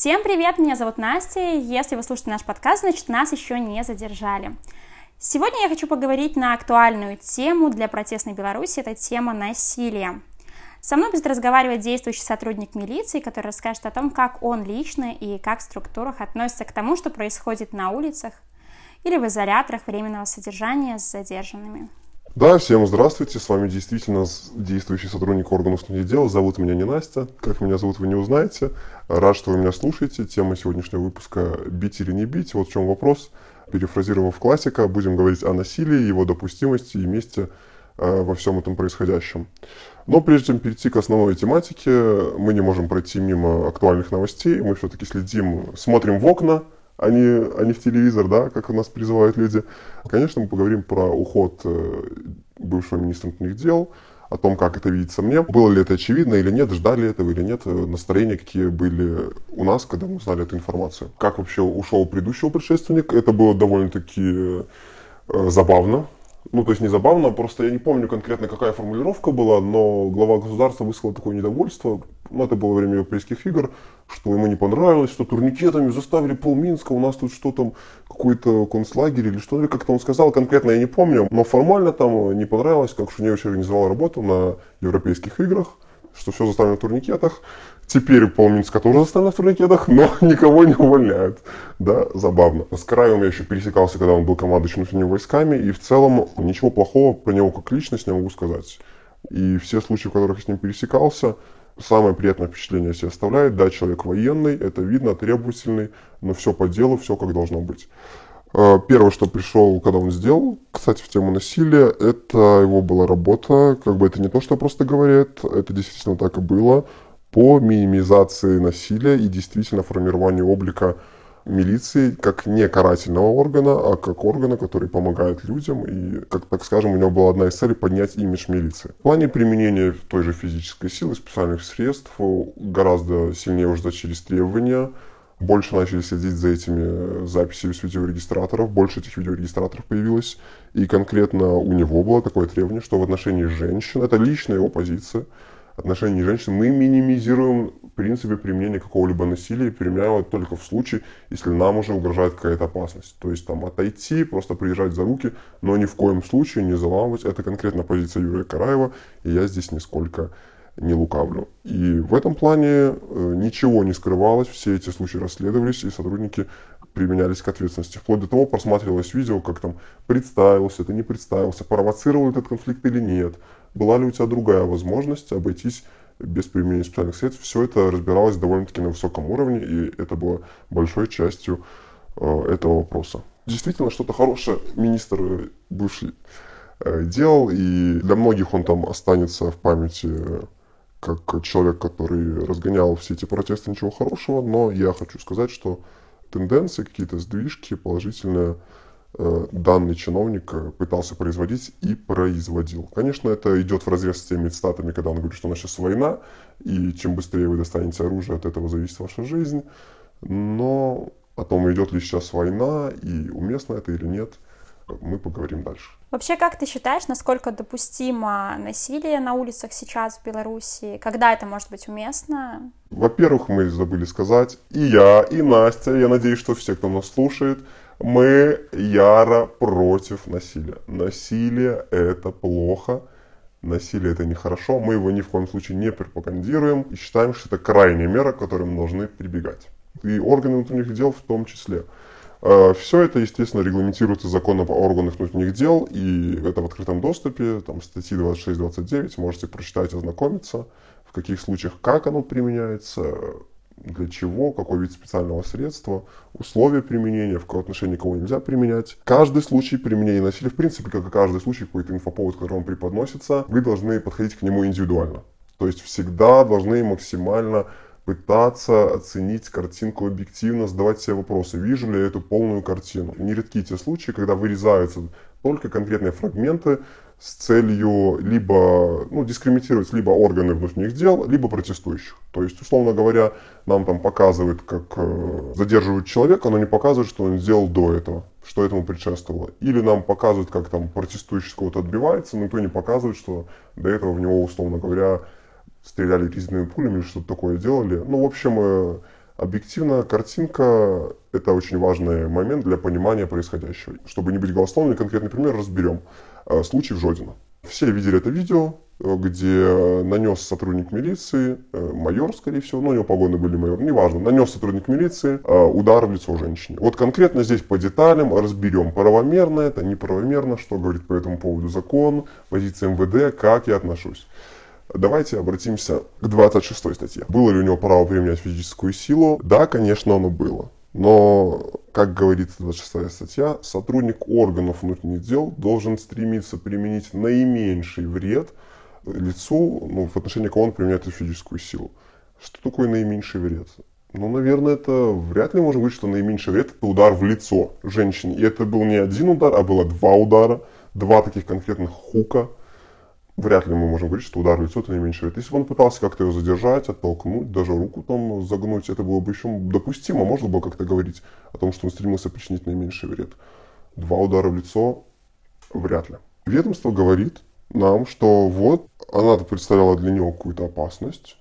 Всем привет, меня зовут Настя. Если вы слушаете наш подкаст, значит, нас еще не задержали. Сегодня я хочу поговорить на актуальную тему для протестной Беларуси. Это тема насилия. Со мной будет разговаривать действующий сотрудник милиции, который расскажет о том, как он лично и как в структурах относится к тому, что происходит на улицах или в изоляторах временного содержания с задержанными. Да, всем здравствуйте, с вами действительно действующий сотрудник органов внутренних дел. Зовут меня не Настя, как меня зовут, вы не узнаете. Рад, что вы меня слушаете. Тема сегодняшнего выпуска «Бить или не бить?» Вот в чем вопрос. Перефразировав классика, будем говорить о насилии, его допустимости и месте во всем этом происходящем. Но прежде чем перейти к основной тематике, мы не можем пройти мимо актуальных новостей. Мы все-таки следим, смотрим в окна, а не в телевизор, да, как нас призывают люди. Конечно, мы поговорим про уход бывшего министра внутренних дел, о том, как это видится мне. Было ли это очевидно или нет, ждали этого или нет, настроения какие были у нас, когда мы узнали эту информацию. Как вообще ушел предыдущего предшественника, это было довольно-таки забавно. Ну, то есть не забавно, просто я не помню конкретно, какая формулировка была, но глава государства высказал такое недовольство, ну, это было во время Европейских игр, что ему не понравилось, что турникетами заставили полминска, у нас тут что там, какой-то концлагерь или что-то, как-то он сказал, конкретно я не помню, но формально там не понравилось, как Шуневич организовал работу на Европейских играх, что все заставлено в турникетах. Теперь полминска тоже заставлено в турникетах, но никого не увольняют. Да, забавно. С Караевым я еще пересекался, когда он был командующим внутренними войсками, и в целом ничего плохого про него как личность не могу сказать. И все случаи, в которых я с ним пересекался, самое приятное впечатление себе оставляет. Да, человек военный, это видно, требовательный, но все по делу, все как должно быть. Первое, что пришел, когда он сделал, кстати, в тему насилия, это его была работа, как бы это не то, что просто говорят, это действительно так и было, по минимизации насилия и действительно формированию облика милиции как не карательного органа, а как органа, который помогает людям. И, как так скажем, у него была одна из целей поднять имидж милиции. В плане применения той же физической силы, специальных средств, гораздо сильнее уже через требования. Больше начали следить за этими записями с видеорегистраторов, больше этих видеорегистраторов появилось. И конкретно у него было такое требование, что в отношении женщин, это личная его позиция, в отношении женщин мы минимизируем в принципе применение какого-либо насилия и применяем его только в случае, если нам уже угрожает какая-то опасность. То есть там отойти, просто придержать за руки, но ни в коем случае не заламывать. Это конкретно позиция Юрия Караева, и я здесь нисколько не лукавлю. И в этом плане ничего не скрывалось, все эти случаи расследовались, и сотрудники применялись к ответственности. Вплоть до того просматривалось видео, как там представился, ты не представился, провоцировал этот конфликт или нет, была ли у тебя другая возможность обойтись без применения специальных средств. Все это разбиралось довольно-таки на высоком уровне, и это было большой частью этого вопроса. Действительно, что-то хорошее министр бывший делал, и для многих он там останется в памяти как человек, который разгонял все эти протесты, ничего хорошего, но я хочу сказать, что тенденции, какие-то сдвижки положительные данный чиновник пытался производить и производил. Конечно, это идет вразрез с теми цитатами, когда он говорит, что у нас сейчас война, и чем быстрее вы достанете оружие, от этого зависит ваша жизнь. Но о том, идет ли сейчас война и уместно это или нет, мы поговорим дальше. Вообще, как ты считаешь, насколько допустимо насилие на улицах сейчас в Беларуси? Когда это может быть уместно? Во-первых, мы забыли сказать, и я, и Настя, я надеюсь, что все, кто нас слушает, мы яро против насилия. Насилие – это плохо, насилие – это нехорошо, мы его ни в коем случае не пропагандируем и считаем, что это крайняя мера, к которой мы должны прибегать. И органы внутренних дел в том числе. Все это, естественно, регламентируется законом о органах внутренних дел, и это в открытом доступе, там статьи 26-29, можете прочитать, ознакомиться, в каких случаях, как оно применяется, для чего, какой вид специального средства, условия применения, в каком отношении кого нельзя применять. Каждый случай применения насилия, в принципе, как и каждый случай, какой-то инфоповод, который вам преподносится, вы должны подходить к нему индивидуально. То есть всегда должны максимально пытаться оценить картинку объективно, задавать себе вопросы, вижу ли я эту полную картину. Нередки те случаи, когда вырезаются только конкретные фрагменты с целью либо дискриминировать либо органы внутренних дел, либо протестующих. То есть, условно говоря, нам там показывают, как задерживают человека, но не показывают, что он сделал до этого, что этому предшествовало. Или нам показывают, как там протестующий кого-то отбивается, но никто не показывает, что до этого в него, условно говоря, стреляли резиновыми пулями или что-то такое делали. Ну, в общем, Объективно, картинка – это очень важный момент для понимания происходящего. Чтобы не быть голословным, конкретный пример разберем. Случай в Жодино. Все видели это видео, где нанес сотрудник милиции, майор, скорее всего, у него погоны были майор, неважно, нанес сотрудник милиции удар в лицо женщине. Вот конкретно здесь по деталям разберем, правомерно это, неправомерно, что говорит по этому поводу закон, позиция МВД, как я отношусь. Давайте обратимся к 26 статье. Было ли у него право применять физическую силу? Да, конечно, оно было. Но, как говорит 26 статья, сотрудник органов внутренних дел должен стремиться применить наименьший вред лицу, в отношении кого он применяет эту физическую силу. Что такое наименьший вред? Наверное, это вряд ли можно говорить, что наименьший вред – это удар в лицо женщине. И это был не один удар, а было два удара, два таких конкретных хука. Вряд ли мы можем говорить, что удар в лицо – это наименьший вред. Если бы он пытался как-то ее задержать, оттолкнуть, даже руку там загнуть, это было бы еще допустимо. Можно было как-то говорить о том, что он стремился причинить наименьший вред. Два удара в лицо – вряд ли. Ведомство говорит нам, что вот она-то представляла для него какую-то опасность,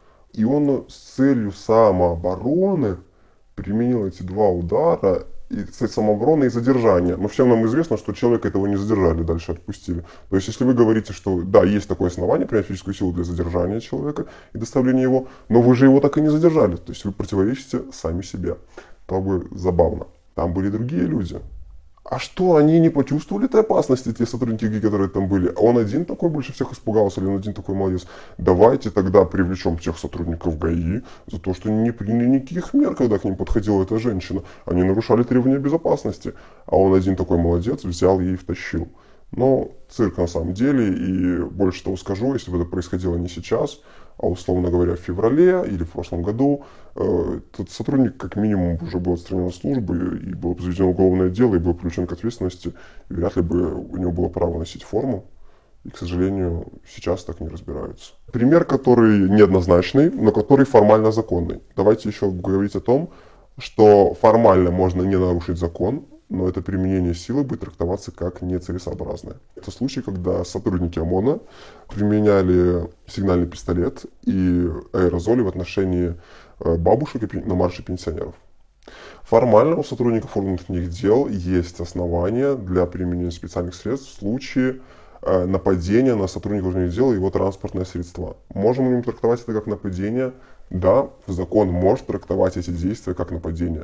и он с целью самообороны применил эти два удара, и цель самообороны и задержания. Но всем нам известно, что человека этого не задержали, дальше отпустили. То есть, если вы говорите, что да, есть такое основание принять физическую силу для задержания человека и доставления его, но вы же его так и не задержали. То есть, вы противоречите сами себе. То бы забавно. Там были другие люди. А что, они не почувствовали этой опасности, те сотрудники, которые там были? А он один такой больше всех испугался, или он один такой молодец? Давайте тогда привлечем всех сотрудников ГАИ за то, что не приняли никаких мер, когда к ним подходила эта женщина. Они нарушали требования безопасности. А он один такой молодец, взял и втащил. Но цирк на самом деле, и больше того скажу, если бы это происходило не сейчас, а условно говоря в феврале или в прошлом году, этот сотрудник как минимум уже был отстранен от службы, и было заведено уголовное дело, и был привлечен к ответственности, и вряд ли бы у него было право носить форму. И, к сожалению, сейчас так не разбираются. Пример, который неоднозначный, но который формально законный. Давайте еще говорить о том, что формально можно не нарушить закон, но это применение силы будет трактоваться как нецелесообразное. Это случай, когда сотрудники ОМОНа применяли сигнальный пистолет и аэрозоли в отношении бабушек на марше пенсионеров. Формально у сотрудников внутренних дел есть основания для применения специальных средств в случае нападения на сотрудника внутренних дел и его транспортное средство. Можем ли мы трактовать это как нападение? Да, закон может трактовать эти действия как нападение.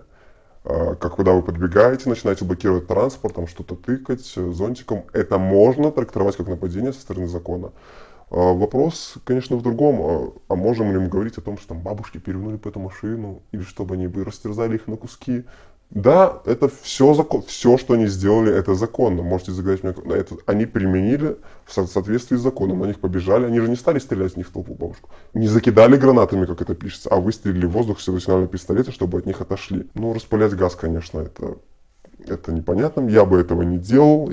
Как когда вы подбегаете, начинаете блокировать транспорт, там что-то тыкать зонтиком, это можно трактовать как нападение со стороны закона. Вопрос, конечно, в другом. А можем ли мы говорить о том, что там бабушки перевернули по эту машину, или чтобы они бы растерзали их на куски? Да, это все закон, все, что они сделали, это законно. Можете загадать мне, это они применили в соответствии с законом. На них побежали, они же не стали стрелять в них в толпу бабушку. Не закидали гранатами, как это пишется, а выстрелили в воздух с сигнального пистолета, чтобы от них отошли. Распылять газ, конечно, это непонятно. Я бы этого не делал,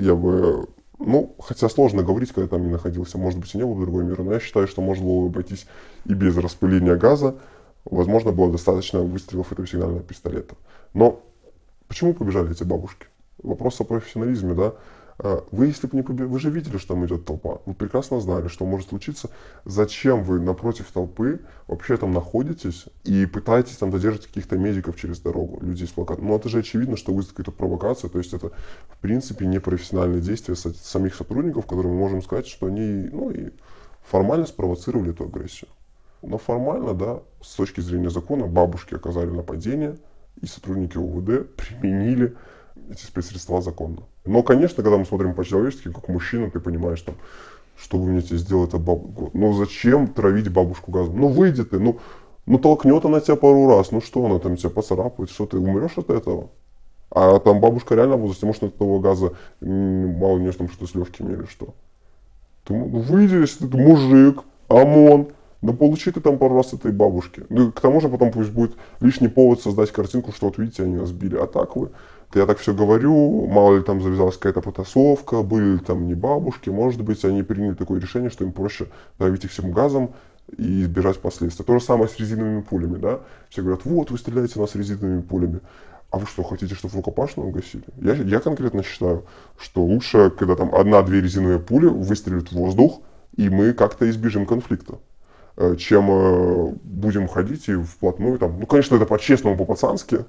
хотя сложно говорить, когда там не находился. Может быть, и не было бы другой мира, но я считаю, что можно было бы обойтись и без распыления газа. Возможно, было достаточно выстрелов этого сигнального пистолета. Но почему побежали эти бабушки? Вопрос о профессионализме, да? Вы, если бы не побежали, вы же видели, что там идет толпа. Вы прекрасно знали, что может случиться. Зачем вы напротив толпы вообще там находитесь и пытаетесь там задержать каких-то медиков через дорогу, людей с плакатом? Это же очевидно, что вы какая-то провокация. То есть это, в принципе, непрофессиональные действия самих сотрудников, которые мы можем сказать, что они, и формально спровоцировали эту агрессию. Но формально, да, с точки зрения закона, бабушки оказали нападение, и сотрудники УВД применили эти спецсредства законно. Но, конечно, когда мы смотрим по-человечески, как мужчина, ты понимаешь, что вы мне сделал это бабушку. Зачем травить бабушку газом? Выйди ты, толкнет она тебя пару раз, что она там тебя поцарапает, что ты умрешь от этого? А там бабушка реально в возрасте, может, от этого газа, мало ли, там что-то с легкими или что. Ты выйди, если ты мужик, ОМОН, получи ты там пару раз этой бабушки. К тому же потом пусть будет лишний повод создать картинку, что вот видите, они нас били. А так я так все говорю, мало ли там завязалась какая-то потасовка, были ли там не бабушки, может быть, они приняли такое решение, что им проще давить их всем газом и избежать последствий. То же самое с резиновыми пулями, да. Все говорят, вот, вы стреляете в нас резиновыми пулями. А вы что, хотите, чтобы в рукопашную гасили? Я конкретно считаю, что лучше, когда там 1-2 резиновые пули выстрелят в воздух, и мы как-то избежим конфликта. чем будем ходить и вплотную там. Ну, конечно, это по-честному, по-пацански,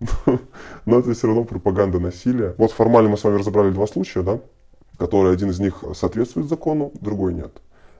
но это все равно пропаганда насилия. Вот формально мы с вами разобрали 2 случая, да, которые один из них соответствует закону, другой нет.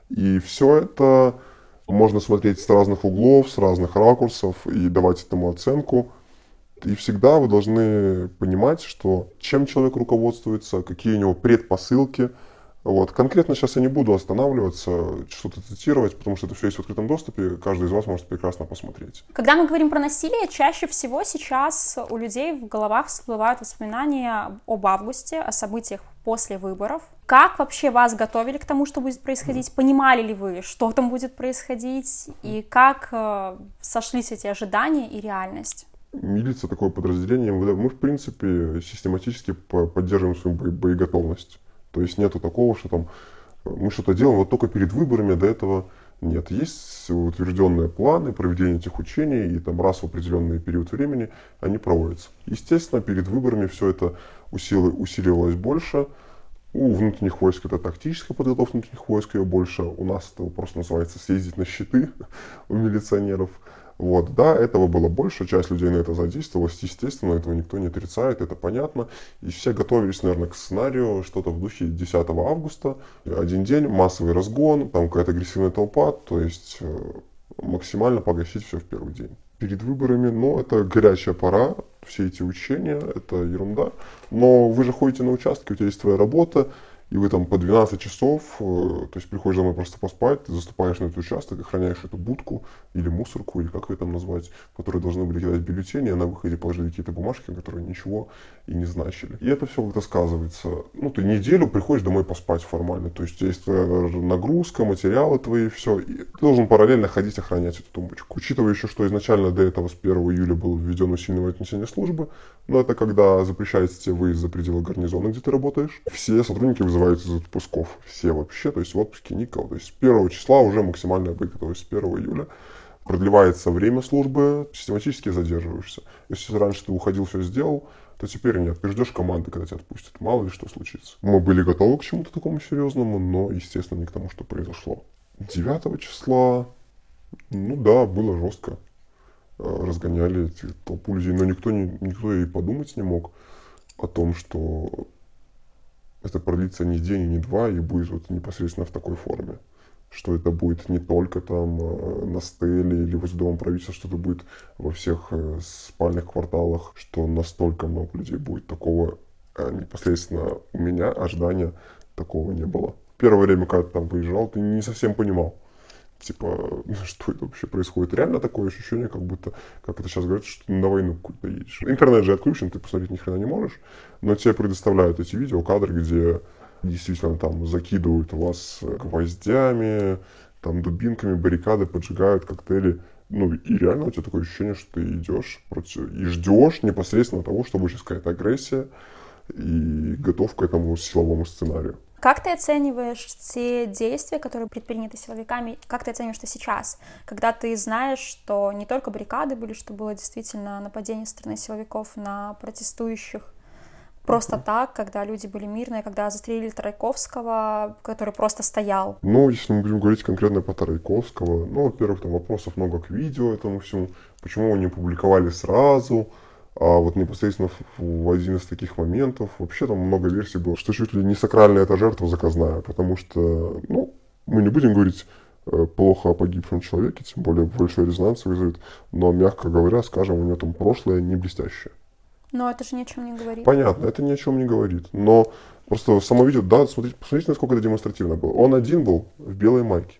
И все это можно смотреть с разных углов, с разных ракурсов и давать этому оценку. И всегда вы должны понимать, что чем человек руководствуется, какие у него предпосылки. Вот. Конкретно сейчас я не буду останавливаться, что-то цитировать, потому что это все есть в открытом доступе, каждый из вас может прекрасно посмотреть. Когда мы говорим про насилие, чаще всего сейчас у людей в головах всплывают воспоминания об августе, о событиях после выборов. Как вообще вас готовили к тому, что будет происходить? Понимали ли вы, что там будет происходить? И как сошлись эти ожидания и реальность? Милиция, такое подразделение, мы, в принципе, систематически поддерживаем свою боеготовность. То есть нету такого, что там мы что-то делаем вот только перед выборами, до этого нет. Есть утвержденные планы проведения этих учений, и там раз в определенный период времени они проводятся. Естественно, перед выборами все это усиливалось больше. У внутренних войск это тактическая подготовка внутренних войск, ее больше. У нас это просто называется съездить на щиты у милиционеров. Вот, да, этого было больше, часть людей на это задействовалась, естественно, этого никто не отрицает, это понятно. И все готовились, наверное, к сценарию, что-то в духе 10 августа, один день, массовый разгон, там какая-то агрессивная толпа, то есть максимально погасить все в первый день. Перед выборами, ну, это горячая пора, все эти учения, это ерунда. Но вы же ходите на участки, у тебя есть твоя работа, и вы там по 12 часов, то есть приходишь домой просто поспать, ты заступаешь на этот участок, охраняешь эту будку или мусорку, или как ее там назвать, в которой должны были кидать бюллетени, а на выходе положили какие-то бумажки, которые ничего и не значили. И это все как-то сказывается. Ну, ты неделю приходишь домой поспать формально, то есть у тебя есть твоя нагрузка, материалы твои, все. И ты должен параллельно ходить охранять эту тумбочку. Учитывая еще, что изначально до этого с 1 июля был введен усиленное отнесение службы, но это когда запрещается тебе выезд за пределы гарнизона, где ты работаешь. Все сотрудники вызываются из отпусков. Все вообще, то есть в отпуске никого. То есть с 1 числа уже максимальная боеготовность, с 1 июля. Продлевается время службы, систематически задерживаешься. Если раньше ты уходил, все сделал, то теперь нет. Ты ждешь команды, когда тебя отпустят. Мало ли что случится. Мы были готовы к чему-то такому серьезному, но, естественно, не к тому, что произошло. 9 числа, ну да, было жестко. Разгоняли эти толпу людей, но никто и подумать не мог о том, что это продлится не день, и не два, и будет вот непосредственно в такой форме. Что это будет не только там на стеле или возле дома правительства, что это будет во всех спальных кварталах, что настолько много людей будет. Такого непосредственно у меня ожидания такого не было. Первое время, когда ты там выезжал, ты не совсем понимал, типа, что это вообще происходит. Реально такое ощущение, как будто, как это сейчас говорится, что ты на войну какую-то едешь. Интернет же отключен, ты посмотреть ни хрена не можешь, но тебе предоставляют эти видео, кадры, где действительно там закидывают вас гвоздями, там дубинками, баррикады, поджигают коктейли. Ну и реально у тебя такое ощущение, что ты идешь и ждешь непосредственно того, что будет сейчас какая-то агрессия, и готов к этому силовому сценарию. Как ты оцениваешь те действия, которые предприняты силовиками? Как ты оцениваешь это сейчас, когда ты знаешь, что не только баррикады были, что было действительно нападение со стороны силовиков на протестующих просто так, когда люди были мирные, когда застрелили Тарайковского, который просто стоял? Ну, если мы будем говорить конкретно по Тарайковского, ну, во-первых, там вопросов много к видео этому всему, почему его не публиковали сразу. А вот непосредственно в один из таких моментов вообще там много версий было, что чуть ли не сакральная эта жертва заказная, потому что, ну, мы не будем говорить плохо о погибшем человеке, тем более большой резонанс вызовет, но, мягко говоря, скажем, у него там прошлое не блестящее. Но это же ни о чем не говорит. Понятно, это ни о чем не говорит, но просто само видео, да, посмотрите, насколько это демонстративно было. Он один был в белой майке,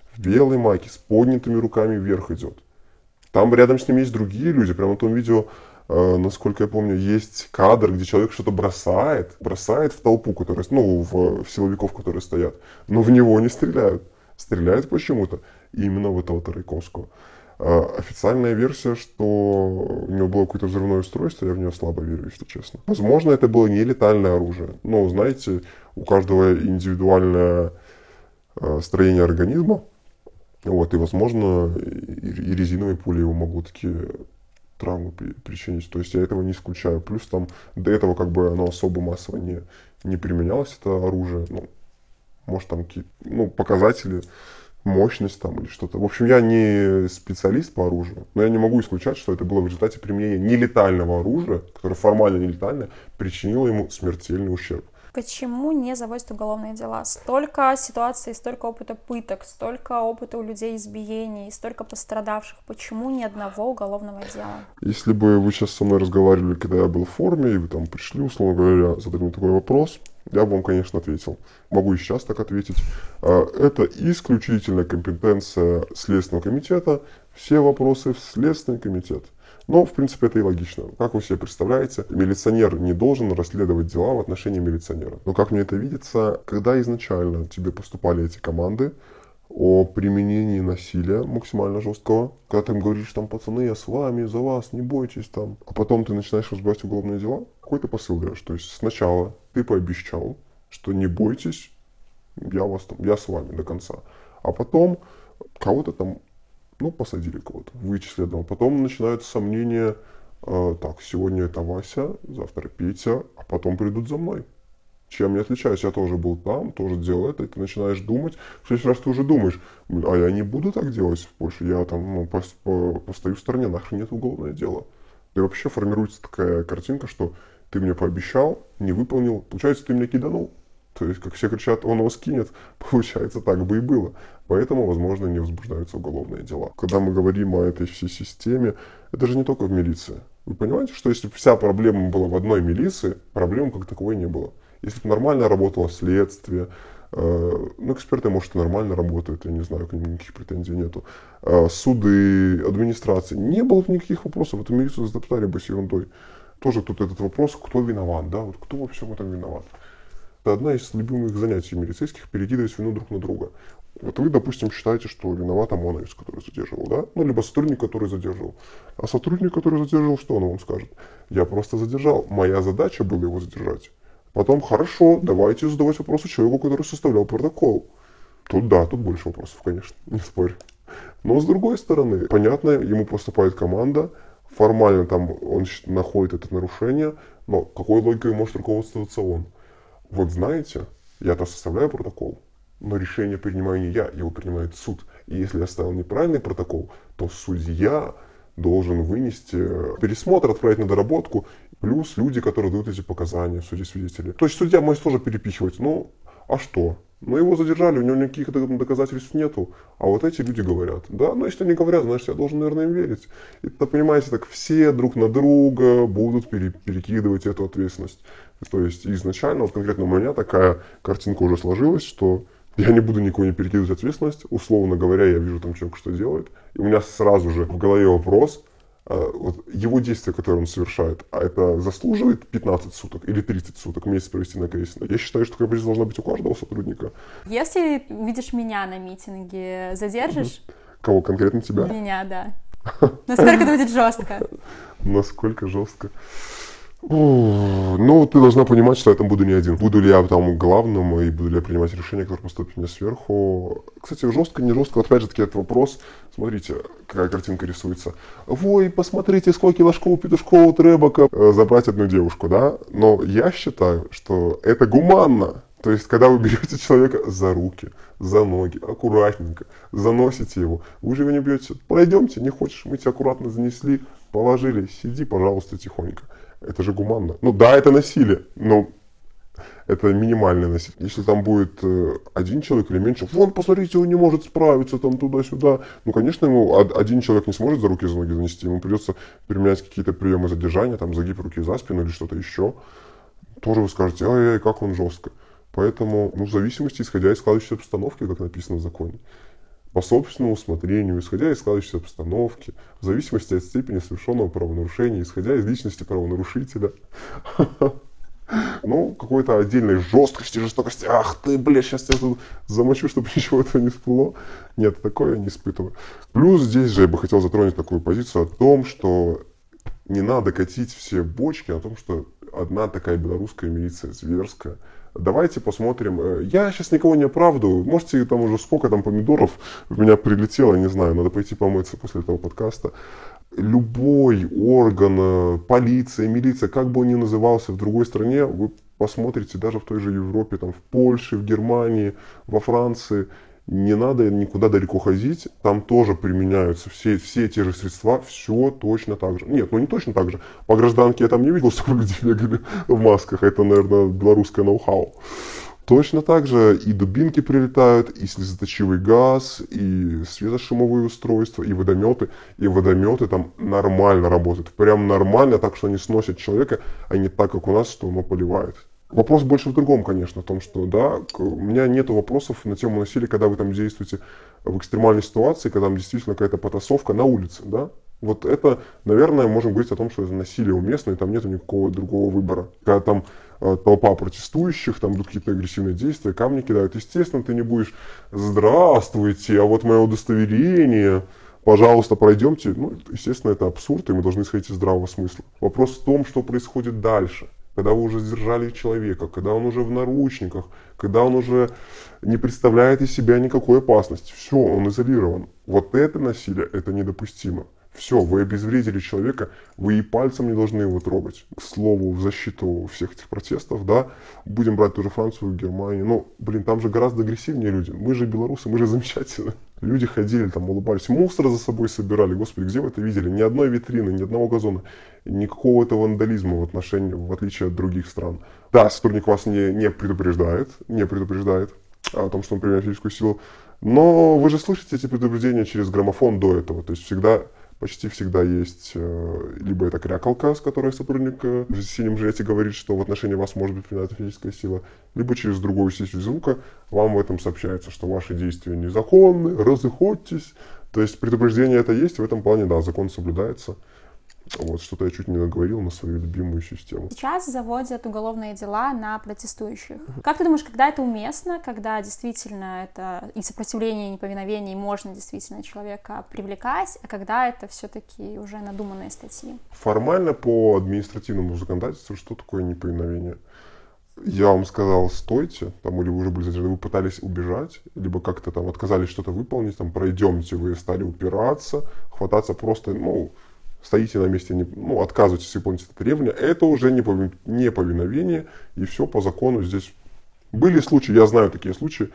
с поднятыми руками вверх идет. Там рядом с ним есть другие люди, прямо на том видео, насколько я помню, есть кадр, где человек что-то бросает в толпу, которая, ну, в силовиков, которые стоят, но в него не стреляют. Стреляют почему-то именно в этого Тарайковского. Официальная версия, что у него было какое-то взрывное устройство, я в нее слабо верю, если честно. Возможно, это было не летальное оружие. Но, знаете, у каждого индивидуальное строение организма. Вот, и, возможно, и резиновые пули его могут такие травмы причинить. То есть я этого не исключаю. Плюс там до этого как бы оно особо массово не применялось, это оружие. Ну, может, там какие-то показатели мощность там или что-то. В общем, я не специалист по оружию, но я не могу исключать, что это было в результате применения нелетального оружия, которое формально нелетальное, причинило ему смертельный ущерб. Почему не заводят уголовные дела? Столько ситуаций, столько опыта пыток, столько опыта у людей избиений, столько пострадавших. Почему ни одного уголовного дела? Если бы вы сейчас со мной разговаривали, когда я был в форме, и вы там пришли, условно говоря, задали мне такой вопрос, я бы вам, конечно, ответил. Могу и сейчас так ответить. Это исключительная компетенция Следственного комитета. Все вопросы в Следственный комитет. Но, в принципе, это и логично. Как вы себе представляете, милиционер не должен расследовать дела в отношении милиционера. Но как мне это видится, когда изначально тебе поступали эти команды о применении насилия максимально жесткого, когда ты им говоришь, там, пацаны, я с вами, за вас, не бойтесь, там, а потом ты начинаешь разбирать уголовные дела, какой-то посыл даешь. То есть сначала ты пообещал, что не бойтесь, я с вами до конца. А потом кого-то там, посадили кого-то, вычислили одного. Потом начинаются сомнения, так, сегодня это Вася, завтра Петя, а потом придут за мной. Чем я отличаюсь? Я тоже был там, тоже делал это, и ты начинаешь думать. В следующий раз ты уже думаешь, а я не буду так делать больше, я там постою в стороне, нахрен нет уголовное дело. И вообще формируется такая картинка, что ты мне пообещал, не выполнил, получается, ты меня киданул. То есть, как все кричат, он его скинет, получается, так бы и было. Поэтому, возможно, не возбуждаются уголовные дела. Когда мы говорим о этой всей системе, это же не только в милиции. Вы понимаете, что если бы вся проблема была в одной милиции, проблем как таковой не было. Если бы нормально работало следствие, эксперты, может, и нормально работают, я не знаю, к ним никаких претензий нету. Суды, администрации, не было бы никаких вопросов, эту милицию затоптали бы с ерундой. Тоже тут этот вопрос, кто виноват, да, вот кто во всем этом виноват. Это одна из любимых занятий милицейских, перекидывать вину друг на друга. Вот вы, допустим, считаете, что виноват ОМОНовец, который задерживал, да? Либо сотрудник, который задерживал. А сотрудник, который задерживал, что он вам скажет? Я просто задержал. Моя задача была его задержать. Потом, хорошо, давайте задавать вопросы человеку, который составлял протокол. Тут больше вопросов, конечно, не спорю. Но с другой стороны, понятно, ему поступает команда, формально там он находит это нарушение, но какой логикой может руководствоваться он? Вот знаете, я-то составляю протокол, но решение принимаю не я, его принимает суд. И если я оставил неправильный протокол, то судья должен вынести пересмотр, отправить на доработку, плюс люди, которые дают эти показания в суде свидетели. То есть судья может тоже перепихивать, а что? Его задержали, у него никаких доказательств нету, а вот эти люди говорят. Да, но если они говорят, значит, я должен, наверное, им верить. И это, понимаете, так все друг на друга будут перекидывать эту ответственность. То есть изначально, вот конкретно у меня такая картинка уже сложилась, что я не буду никого не перекидывать ответственность. Условно говоря, я вижу там человека, что делает. И у меня сразу же в голове вопрос, вот его действия, которые он совершает, а это заслуживает 15 суток или 30 суток, месяц провести на кресте? Я считаю, что такая позиция должна быть у каждого сотрудника. Если увидишь меня на митинге, задержишь? Кого, конкретно тебя? Меня, да. Насколько это будет жестко? Насколько жестко? Ты должна понимать, что я там буду не один. Буду ли я там главным и буду ли я принимать решения, которые поступят мне сверху. Кстати, жестко, не жестко, опять же таки, этот вопрос. Смотрите, какая картинка рисуется. Ой, посмотрите, сколько ложков петушкового требака забрать одну девушку, да? Но я считаю, что это гуманно. То есть, когда вы берете человека за руки, за ноги, аккуратненько, заносите его, вы же его не бьете. Пройдемте, не хочешь, мы тебя аккуратно занесли, положили, сиди, пожалуйста, тихонько. Это же гуманно. Да, это насилие, но это минимальное насилие. Если там будет один человек или меньше, вон, посмотрите, он не может справиться, там, туда-сюда. Конечно, ему один человек не сможет за руки и за ноги занести, ему придется применять какие-то приемы задержания, там, загиб руки за спину или что-то еще. Тоже вы скажете, ай-яй, как он жестко. Поэтому, в зависимости, исходя из складывающейся обстановки, как написано в законе, по собственному усмотрению, исходя из складывающейся обстановки, в зависимости от степени совершенного правонарушения, исходя из личности правонарушителя. Какой-то отдельной жесткости, жестокости. Ах ты, сейчас тебя тут замочу, чтобы ничего этого не всплыло. Нет, такое я не испытываю. Плюс здесь же я бы хотел затронуть такую позицию о том, что не надо катить все бочки о том, что одна такая белорусская милиция зверская. Давайте посмотрим. Я сейчас никого не оправдываю. Можете, там уже сколько там помидоров в меня прилетело, не знаю, надо пойти помыться после этого подкаста. Любой орган, полиция, милиция, как бы он ни назывался в другой стране, вы посмотрите даже в той же Европе, там, в Польше, в Германии, во Франции, не надо никуда далеко ходить, там тоже применяются все те же средства, все точно так же. Нет, не точно так же. По гражданке я там не видел, что люди бегали в масках, это, наверное, белорусское ноу-хау. Точно так же и дубинки прилетают, и слезоточивый газ, и светошумовые устройства, и водометы. И водометы там нормально работают. Прям нормально, так что они сносят человека, а не так, как у нас, что оно поливает. Вопрос больше в другом, конечно, в том, что, да, у меня нет вопросов на тему насилия, когда вы там действуете в экстремальной ситуации, когда там действительно какая-то потасовка на улице, да. Вот это, наверное, можем говорить о том, что это насилие уместно, и там нет никакого другого выбора. Когда там толпа протестующих, там идут какие-то агрессивные действия, камни кидают, естественно, ты не будешь «Здравствуйте, а вот мое удостоверение, пожалуйста, пройдемте». Естественно, это абсурд, и мы должны исходить из здравого смысла. Вопрос в том, что происходит дальше. Когда вы уже сдержали человека, когда он уже в наручниках, когда он уже не представляет из себя никакой опасности. Все, он изолирован. Вот это насилие, это недопустимо. Все, вы обезвредили человека, вы и пальцем не должны его трогать. К слову, в защиту всех этих протестов, да, будем брать ту же Францию, Германию. Там же гораздо агрессивнее люди. Мы же белорусы, мы же замечательные. Люди ходили, там улыбались, мусор за собой собирали. Господи, где вы это видели? Ни одной витрины, ни одного газона, никакого этого вандализма в отношении, в отличие от других стран. Да, сотрудник вас не предупреждает о том, что он применяет физическую силу, но вы же слышите эти предупреждения через граммофон до этого. То есть почти всегда есть либо это крякалка, с которой сотрудник в синем жилете говорит, что в отношении вас может быть применена физическая сила, либо через другой усилитель звука вам в этом сообщается, что ваши действия незаконны, разыходьтесь. То есть предупреждение это есть, в этом плане, да, закон соблюдается. Вот, что-то я чуть не наговорил на свою любимую систему. Сейчас заводят уголовные дела на протестующих. Как ты думаешь, когда это уместно, когда действительно это и сопротивление, и неповиновение, и можно действительно человека привлекать, а когда это все-таки уже надуманные статьи? Формально по административному законодательству что такое неповиновение? Я вам сказал, стойте, или вы уже были задержаны, вы пытались убежать, либо как-то там отказались что-то выполнить, пройдемте, вы стали упираться, хвататься просто, стоите на месте, отказываетесь выполнить это требование, это уже неповиновение, и все по закону здесь. Были случаи, я знаю такие случаи,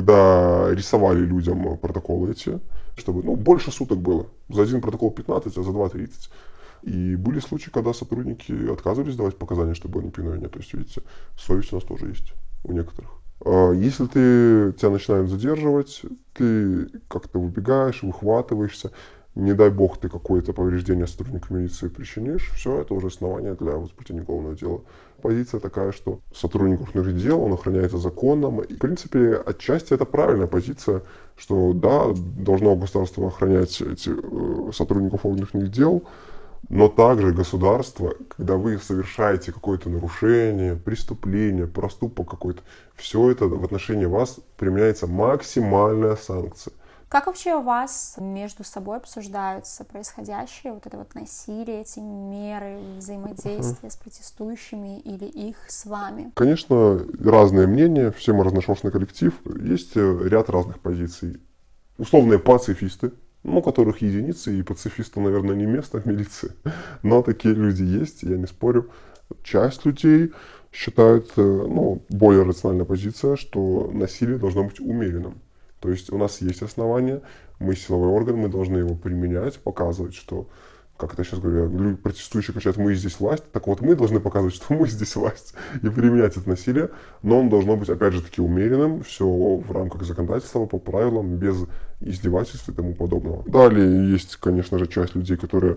когда рисовали людям протоколы эти, чтобы, больше суток было. За один протокол 15, а за два 30. И были случаи, когда сотрудники отказывались давать показания, что было неповиновение. То есть, видите, совесть у нас тоже есть у некоторых. Если тебя начинают задерживать, ты как-то выбегаешь, выхватываешься, не дай бог ты какое-то повреждение сотруднику милиции причинишь, все, это уже основание для возбуждения уголовного дела. Позиция такая, что сотрудник внутренних дел, он охраняется законом. И, в принципе, отчасти это правильная позиция, что да, должно государство охранять сотрудников внутренних дел, но также государство, когда вы совершаете какое-то нарушение, преступление, проступок какой-то, все это в отношении вас применяется максимальная санкция. Как вообще у вас между собой обсуждаются происходящее, вот это насилие, эти меры взаимодействия с протестующими или их с вами? Конечно, разные мнения, все мы разношерстный коллектив, есть ряд разных позиций. Условные пацифисты, которых единицы, и пацифисту, наверное, не место в милиции, но такие люди есть, я не спорю. Часть людей считают, более рациональная позиция, что насилие должно быть умеренным. То есть у нас есть основания, мы силовой орган, мы должны его применять, показывать, что, как это сейчас говорю, люди протестующие кричат, мы здесь власть, так вот мы должны показывать, что мы здесь власть, и применять это насилие, но он должно быть, опять же таки, умеренным, все в рамках законодательства, по правилам, без издевательств и тому подобного. Далее есть, конечно же, часть людей, которые,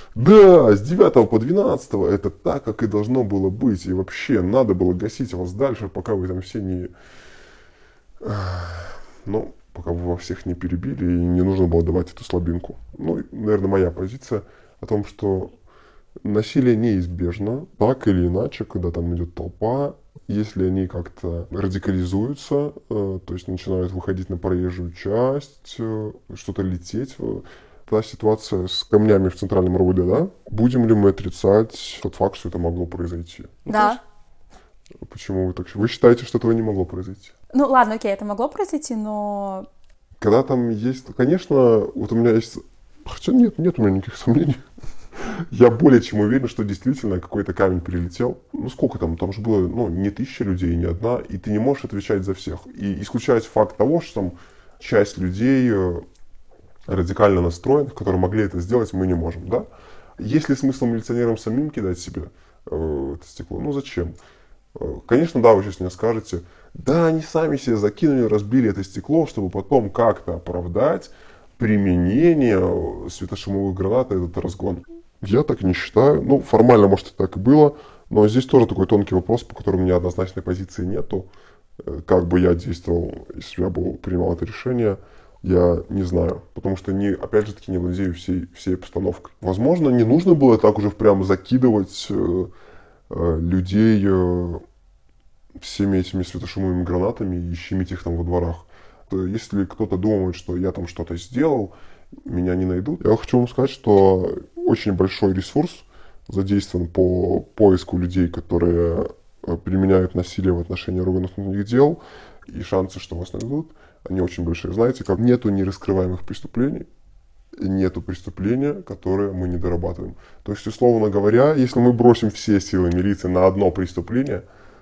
да, с 9 по 12 это так, как и должно было быть, и вообще надо было гасить вас дальше, пока вы там все не... пока вы во всех не перебили, и не нужно было давать эту слабинку. Наверное, моя позиция о том, что насилие неизбежно, так или иначе, когда там идет толпа, если они как-то радикализуются, то есть начинают выходить на проезжую часть, что-то лететь. Та ситуация с камнями в центральном РУВД, да? Будем ли мы отрицать тот факт, что это могло произойти? Да. Почему вы так считаете? Вы считаете, что этого не могло произойти? Ладно, окей, это могло произойти, но... Когда там есть... Конечно, вот у меня есть... Хотя нет у меня никаких сомнений. Я более чем уверен, что действительно какой-то камень прилетел. Сколько там? Там же было, не 1000 людей, не одна. И ты не можешь отвечать за всех. И исключать факт того, что там часть людей радикально настроенных, которые могли это сделать, мы не можем, да? Есть ли смысл милиционерам самим кидать себе это стекло? Ну зачем? Конечно, да, вы сейчас мне скажете, да, они сами себе закинули, разбили это стекло, чтобы потом как-то оправдать применение светошумовых гранат и этот разгон. Я так не считаю. Ну, формально, может, это так и было, но здесь тоже такой тонкий вопрос, по которому у меня однозначной позиции нету. Как бы я действовал, если я бы принимал это решение, я не знаю. Потому что, опять же таки, не владею всей обстановкой. Возможно, не нужно было так уже прям закидывать людей всеми этими светошумовыми гранатами и щемить их там во дворах. Если кто-то думает, что я там что-то сделал, меня не найдут. Я хочу вам сказать, что очень большой ресурс задействован по поиску людей, которые применяют насилие в отношении органов внутренних дел, и шансы, что вас найдут, они очень большие. Знаете, как нету нераскрываемых преступлений, нету преступления, которые мы не дорабатываем. То есть, условно говоря, если мы бросим все силы милиции на одно преступление,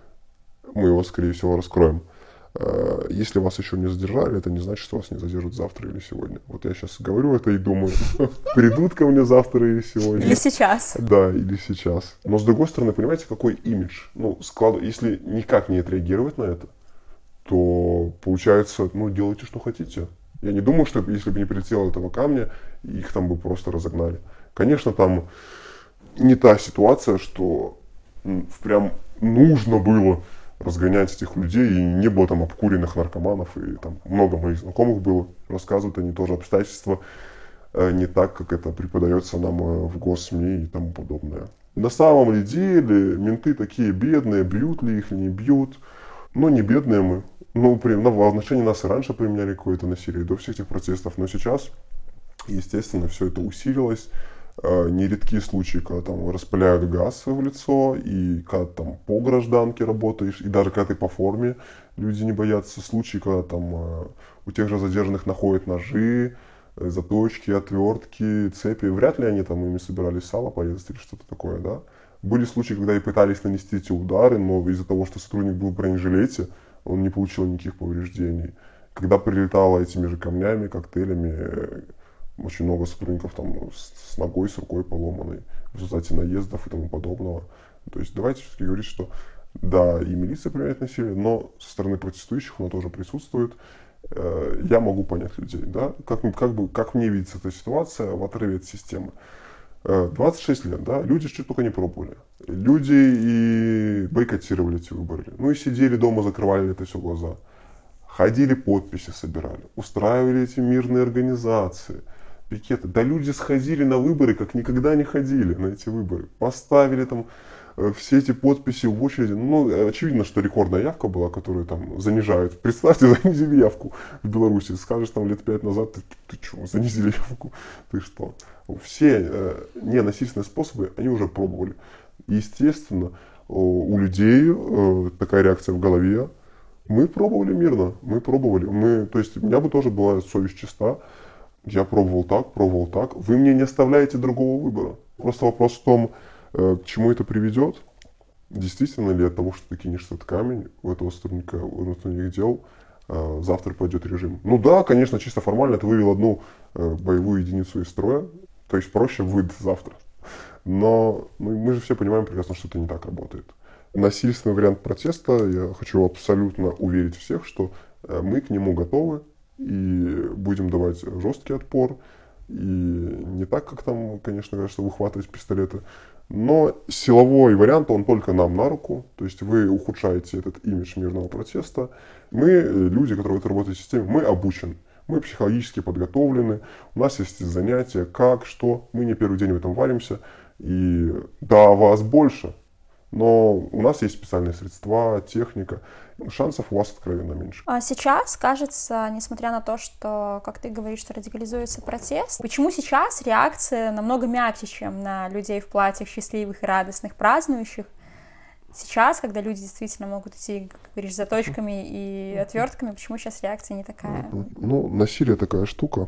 мы его, скорее всего, раскроем. Если вас еще не задержали, это не значит, что вас не задержат завтра или сегодня. Вот я сейчас говорю это и думаю, придут ко мне завтра или сегодня. Или сейчас. Да, или сейчас. Но с другой стороны, понимаете, какой имидж? Ну, если никак не отреагировать на это, то получается, делайте, что хотите. Я не думаю, что если бы не прилетело этого камня, их там бы просто разогнали. Конечно, там не та ситуация, что прям нужно было разгонять этих людей, и не было там обкуренных наркоманов, и там много моих знакомых было, рассказывают они тоже обстоятельства не так, как это преподается нам в госсми и тому подобное. На самом ли деле менты такие бедные, бьют ли их или не бьют? Ну, не бедные мы. В отношении нас и раньше применяли какое-то насилие до всех этих протестов, но сейчас, естественно, все это усилилось. Нередки случаи, когда там распыляют газ в лицо, и когда там по гражданке работаешь, и даже когда ты по форме, люди не боятся. Случаи, когда там у тех же задержанных находят ножи, заточки, отвертки, цепи. Вряд ли они там ими собирались сало порезать или что-то такое, да. Были случаи, когда и пытались нанести эти удары, но из-за того, что сотрудник был в бронежилете, он не получил никаких повреждений. Когда прилетало этими же камнями, коктейлями, очень много сотрудников там с ногой, с рукой поломанной в результате наездов и тому подобного. То есть давайте все-таки говорить, что да, и милиция применяет насилие, но со стороны протестующих оно тоже присутствует. Я могу понять людей, да, как мне видится эта ситуация в отрыве от системы. 26 лет, да, люди что только не пробовали. Люди и бойкотировали эти выборы. Ну и сидели дома, закрывали это все глаза. Ходили, подписи собирали, устраивали эти мирные организации, пикеты. Да люди сходили на выборы, как никогда не ходили на эти выборы. Поставили там все эти подписи в очереди. Ну, очевидно, что рекордная явка была, которую там занижают. Представьте, занизили явку в Беларуси. Скажешь, там лет 5 назад, ты что, занизили явку? Ты что? Все ненасильственные способы они уже пробовали. Естественно, у людей такая реакция в голове. Мы пробовали мирно, мы пробовали. То есть у меня бы тоже была совесть чиста. Я пробовал так. Вы мне не оставляете другого выбора. Просто вопрос в том, к чему это приведет. Действительно ли от того, что ты кинешь этот камень у этого сотрудника внутренних дел, завтра пойдет режим? Ну да, конечно, чисто формально ты вывел одну боевую единицу из строя. То есть проще выйдет завтра. Но мы же все понимаем прекрасно, что это не так работает. Насильственный вариант протеста, я хочу абсолютно уверить всех, что мы к нему готовы и будем давать жесткий отпор. И не так, как там, конечно, говорят, что выхватывать пистолеты. Но силовой вариант, он только нам на руку. То есть вы ухудшаете этот имидж мирного протеста. Мы, люди, которые работают в системе, мы обучены. Мы психологически подготовлены. У нас есть занятия, как, что. Мы не первый день в этом варимся. И да, вас больше. Но у нас есть специальные средства, техника. Шансов у вас откровенно меньше. Сейчас, кажется, несмотря на то, что, как ты говоришь, что радикализуется протест, почему сейчас реакция намного мягче, чем на людей в платьях счастливых и радостных, празднующих? Сейчас, когда люди действительно могут идти, как говоришь, за точками и отвертками, почему сейчас реакция не такая? Ну, насилие такая штука.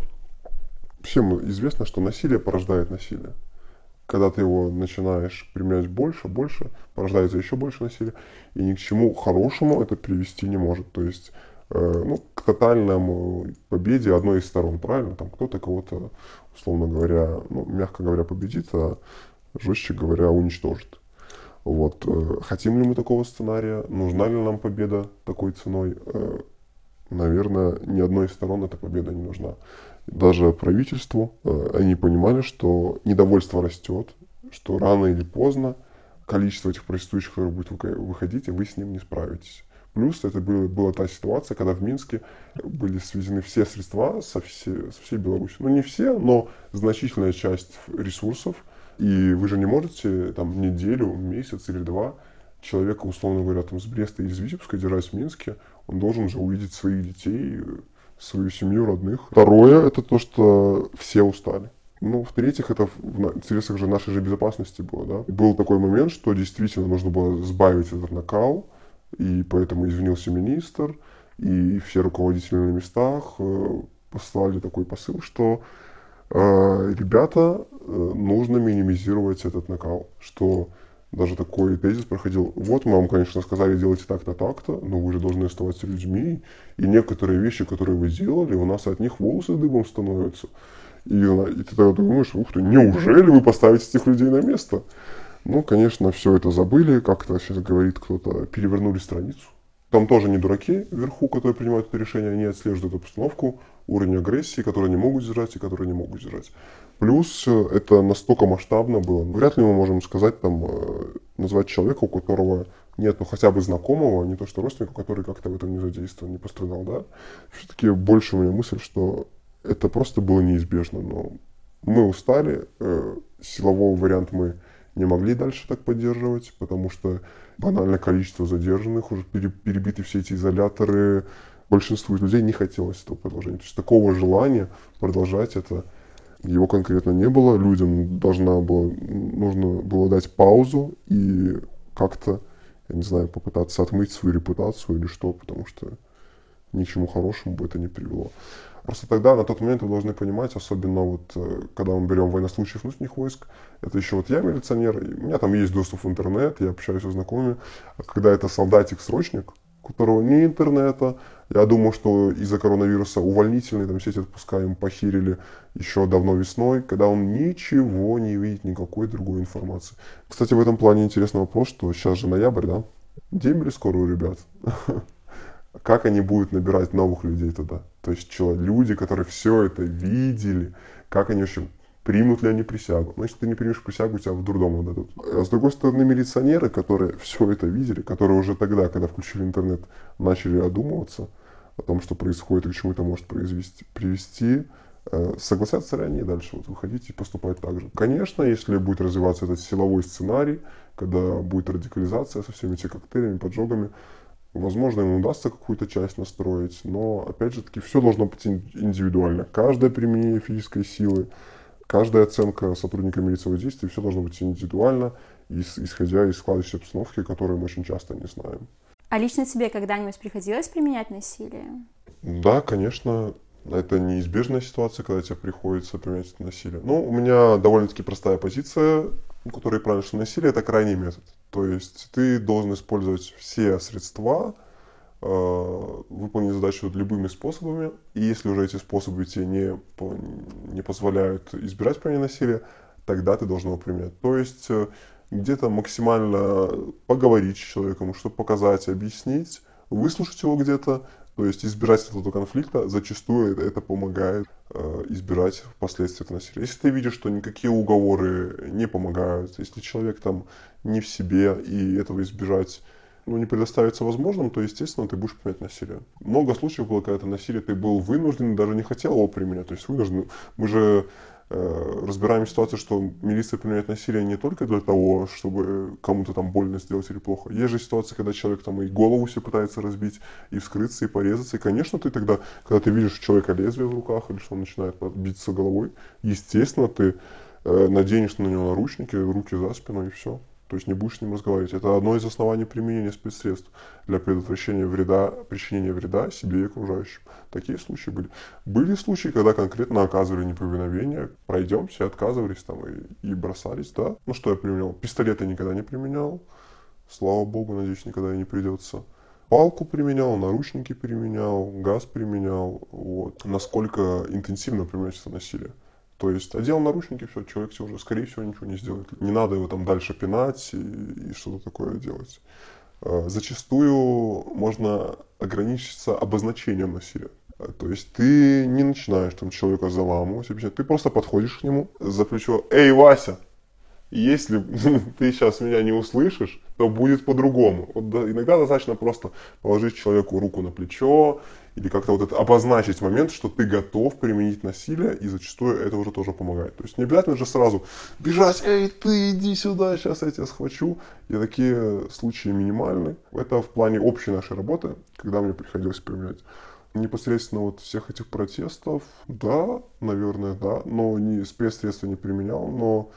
Всем известно, что насилие порождает насилие. Когда ты его начинаешь применять больше, порождается еще больше насилия, и ни к чему хорошему это привести не может. То есть к тотальному победе одной из сторон, правильно? Там кто-то кого-то, условно говоря, мягко говоря, победит, а жестче говоря, уничтожит. Вот. Хотим ли мы такого сценария? Нужна ли нам победа такой ценой? Наверное, ни одной из сторон эта победа не нужна. Даже правительству, они понимали, что недовольство растет, что рано или поздно количество этих протестующих, которые будут выходить, и вы с ним не справитесь. Плюс это была та ситуация, когда в Минске были сведены все средства со всей Беларуси. Не все, но значительная часть ресурсов. И вы же не можете там неделю, месяц или два человека, условно говоря, там, с Бреста или из Витебска держать в Минске. Он должен же увидеть своих детей, свою семью, родных. Второе, это то, что все устали. В-третьих, это в интересах же нашей же безопасности было, да. Был такой момент, что действительно нужно было сбавить этот накал, и поэтому извинился министр, и все руководители на местах послали такой посыл, что ребята, нужно минимизировать этот накал, что даже такой тезис проходил. Вот мы вам, конечно, сказали, делайте так-то, так-то, но вы же должны оставаться людьми, и некоторые вещи, которые вы делали, у нас от них волосы дыбом становятся. И ты тогда думаешь, ух ты, неужели вы поставите этих людей на место? Конечно, все это забыли, как-то сейчас говорит кто-то, перевернули страницу. Там тоже не дураки вверху, которые принимают это решение, они отслеживают обстановку, уровень агрессии, который они могут сдержать и который не могут сдержать. Плюс это настолько масштабно было. Вряд ли мы можем сказать, назвать человека, у которого нет хотя бы знакомого, не то что родственника, который как-то в этом не задействован, не пострадал, да. Все-таки больше у меня мысль, что это просто было неизбежно. Но мы устали, силового варианта мы не могли дальше так поддерживать, потому что банальное количество задержанных, уже перебиты все эти изоляторы, большинству из людей не хотелось этого продолжения. То есть такого желания продолжать это, его конкретно не было. Людям нужно было дать паузу и как-то, я не знаю, попытаться отмыть свою репутацию или что, потому что ни к чему хорошему бы это не привело. Просто тогда, на тот момент, вы должны понимать, особенно когда мы берем военнослужащих внутренних войск, это еще я милиционер, у меня там есть доступ в интернет, я общаюсь со знакомыми, а когда это солдатик-срочник, у которого ни интернета, я думаю, что из-за коронавируса увольнительные там все эти отпуска им похерили еще давно весной, когда он ничего не видит, никакой другой информации. Кстати, в этом плане интересный вопрос, что сейчас же ноябрь, да? День или скоро у ребят? Как они будут набирать новых людей тогда? То есть люди, которые все это видели, как они вообще, примут ли они присягу? Если ты не примешь присягу, тебя в дурдом отдадут. А с другой стороны, милиционеры, которые все это видели, которые уже тогда, когда включили интернет, начали одумываться о том, что происходит и к чему это может привести, согласятся ли они дальше выходить и поступать так же? Конечно, если будет развиваться этот силовой сценарий, когда будет радикализация со всеми этими коктейлями, поджогами, возможно, им удастся какую-то часть настроить, но, опять же таки, все должно быть индивидуально. Каждое применение физической силы, каждая оценка сотрудника милиционного действия, все должно быть индивидуально, исходя из складывающей обстановки, которую мы очень часто не знаем. А лично тебе когда-нибудь приходилось применять насилие? Да, конечно. Это неизбежная ситуация, когда тебе приходится применять это насилие. У меня довольно-таки простая позиция, которая правильно, что насилие – это крайний метод. То есть ты должен использовать все средства, выполнить задачу любыми способами, и если уже эти способы тебе не позволяют избежать применения насилия, тогда ты должен его применять. То есть где-то максимально поговорить с человеком, чтобы показать, объяснить, выслушать его где-то, то есть избежать этого конфликта, зачастую это помогает избежать последствий этого насилия. Если ты видишь, что никакие уговоры не помогают, если человек там не в себе и этого избежать не предоставится возможным, то, естественно, ты будешь применять насилие. Много случаев было, когда это насилие ты был вынужден, даже не хотел его применять. То есть вынужден. Мы же разбираем ситуацию, что милиция применяет насилие не только для того, чтобы кому-то там больно сделать или плохо. Есть же ситуация, когда человек там и голову себе пытается разбить, и вскрыться, и порезаться. И, конечно, ты тогда, когда ты видишь у человека лезвие в руках, или что он начинает биться головой, естественно, ты наденешь на него наручники, руки за спину, и все. То есть не будешь с ним разговаривать. Это одно из оснований применения спецсредств для предотвращения причинения вреда себе и окружающим. Такие случаи были. Были случаи, когда конкретно оказывали неповиновение, пройдемся, отказывались там и бросались, да. Что я применял? Пистолет я никогда не применял. Слава богу, надеюсь, никогда и не придется. Палку применял, наручники применял, газ применял. Вот. Насколько интенсивно применяется насилие. То есть одел наручники, все, человек тебе уже, скорее всего, ничего не сделает. Не надо его там дальше пинать и что-то такое делать. Зачастую можно ограничиться обозначением насилия. То есть ты не начинаешь там человека заламывать, ты просто подходишь к нему за плечо: «Эй, Вася, если ты сейчас меня не услышишь, то будет по-другому». Вот, да, иногда достаточно просто положить человеку руку на плечо или как-то вот это обозначить момент, что ты готов применить насилие, и зачастую это уже тоже помогает. То есть не обязательно же сразу бежать: «Эй, ты иди сюда, сейчас я тебя схвачу». И такие случаи минимальны. Это в плане общей нашей работы, когда мне приходилось применять. Непосредственно вот всех этих протестов, да, наверное, да, но спецсредства не применял, но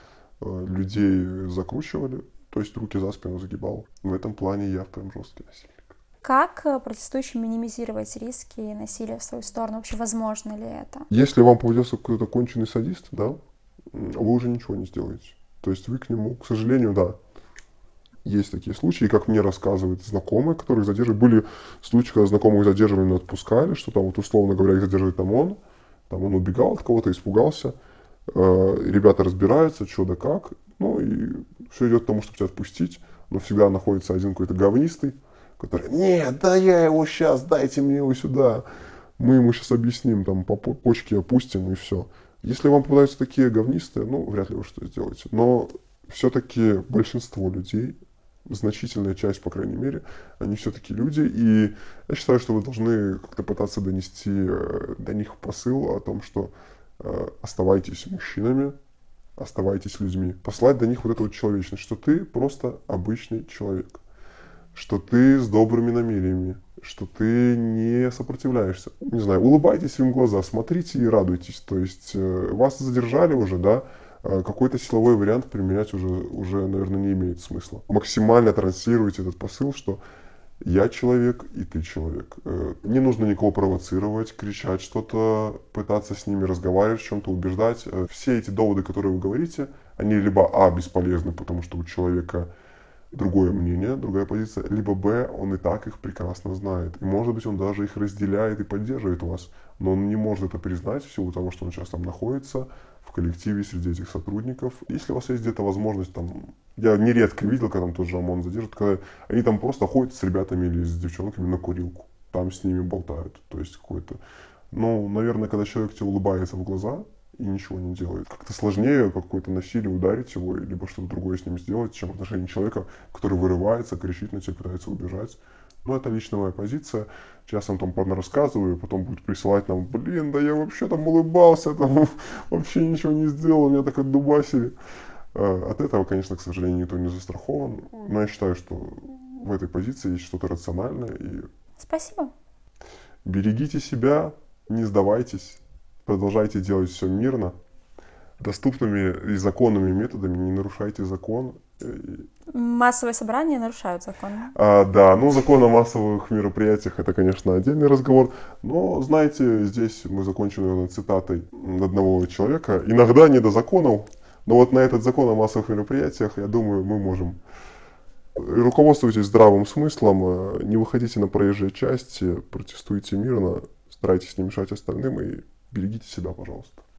людей закручивали, то есть руки за спину загибал. В этом плане я прям жесткий насильник. Как протестующим минимизировать риски насилия в свою сторону? Вообще, возможно ли это? Если вам попадется какой-то конченый садист, да, вы уже ничего не сделаете. То есть вы к нему, к сожалению, да, есть такие случаи, как мне рассказывают знакомые, которых задерживали. Были случаи, когда знакомых задерживали, но отпускали, что там вот, условно говоря, их задерживает там он убегал от кого-то, испугался. Ребята разбираются, что да как, ну и все идет к тому, чтобы тебя отпустить, но всегда находится один какой-то говнистый, который: «Нет, да я его сейчас, дайте мне его сюда, мы ему сейчас объясним, там по почке опустим и все». Если вам попадаются такие говнистые, ну, вряд ли вы что сделаете, но все-таки большинство людей, значительная часть, по крайней мере, они все-таки люди, и я считаю, что вы должны как-то пытаться донести до них посыл о том, что оставайтесь мужчинами, оставайтесь людьми. Послать до них вот эту вот человечность, что ты просто обычный человек, что ты с добрыми намерениями, что ты не сопротивляешься. Не знаю, улыбайтесь им в глаза, смотрите и радуйтесь. То есть вас задержали уже, да, какой-то силовой вариант применять уже, наверное, не имеет смысла. Максимально транслируйте этот посыл, что я человек, и ты человек. Не нужно никого провоцировать, кричать что-то, пытаться с ними разговаривать, в чем-то убеждать. Все эти доводы, которые вы говорите, они либо бесполезны, потому что у человека другое мнение, другая позиция, либо он и так их прекрасно знает. И может быть он даже их разделяет и поддерживает вас, но он не может это признать в силу того, что он сейчас там находится, в коллективе, среди этих сотрудников. Если у вас есть где-то возможность, там, я нередко видел, когда там тот же ОМОН задержит, когда они там просто ходят с ребятами или с девчонками на курилку, там с ними болтают, то есть какой-то, ну, наверное, когда человек тебе улыбается в глаза и ничего не делает, как-то сложнее какое-то насилие ударить его, либо что-то другое с ним сделать, чем отношение человека, который вырывается, кричит на тебя, пытается убежать. Ну, это лично моя позиция. Сейчас я там рассказываю, потом будет присылать нам: «Блин, да я вообще там улыбался, там вообще ничего не сделал, меня так отдубасили». От этого, конечно, к сожалению, никто не застрахован. Но я считаю, что в этой позиции есть что-то рациональное. И Спасибо. берегите себя, не сдавайтесь, продолжайте делать все мирно, доступными и законными методами, не нарушайте закон. Массовые собрания нарушают закон. Да, ну закон о массовых мероприятиях — это, конечно, отдельный разговор. Но, знаете, здесь мы закончим, наверное, цитатой одного человека. Иногда не до законов, но вот на этот закон о массовых мероприятиях, я думаю, мы можем. Руководствуйтесь здравым смыслом, не выходите на проезжие части, протестуйте мирно, старайтесь не мешать остальным и берегите себя, пожалуйста.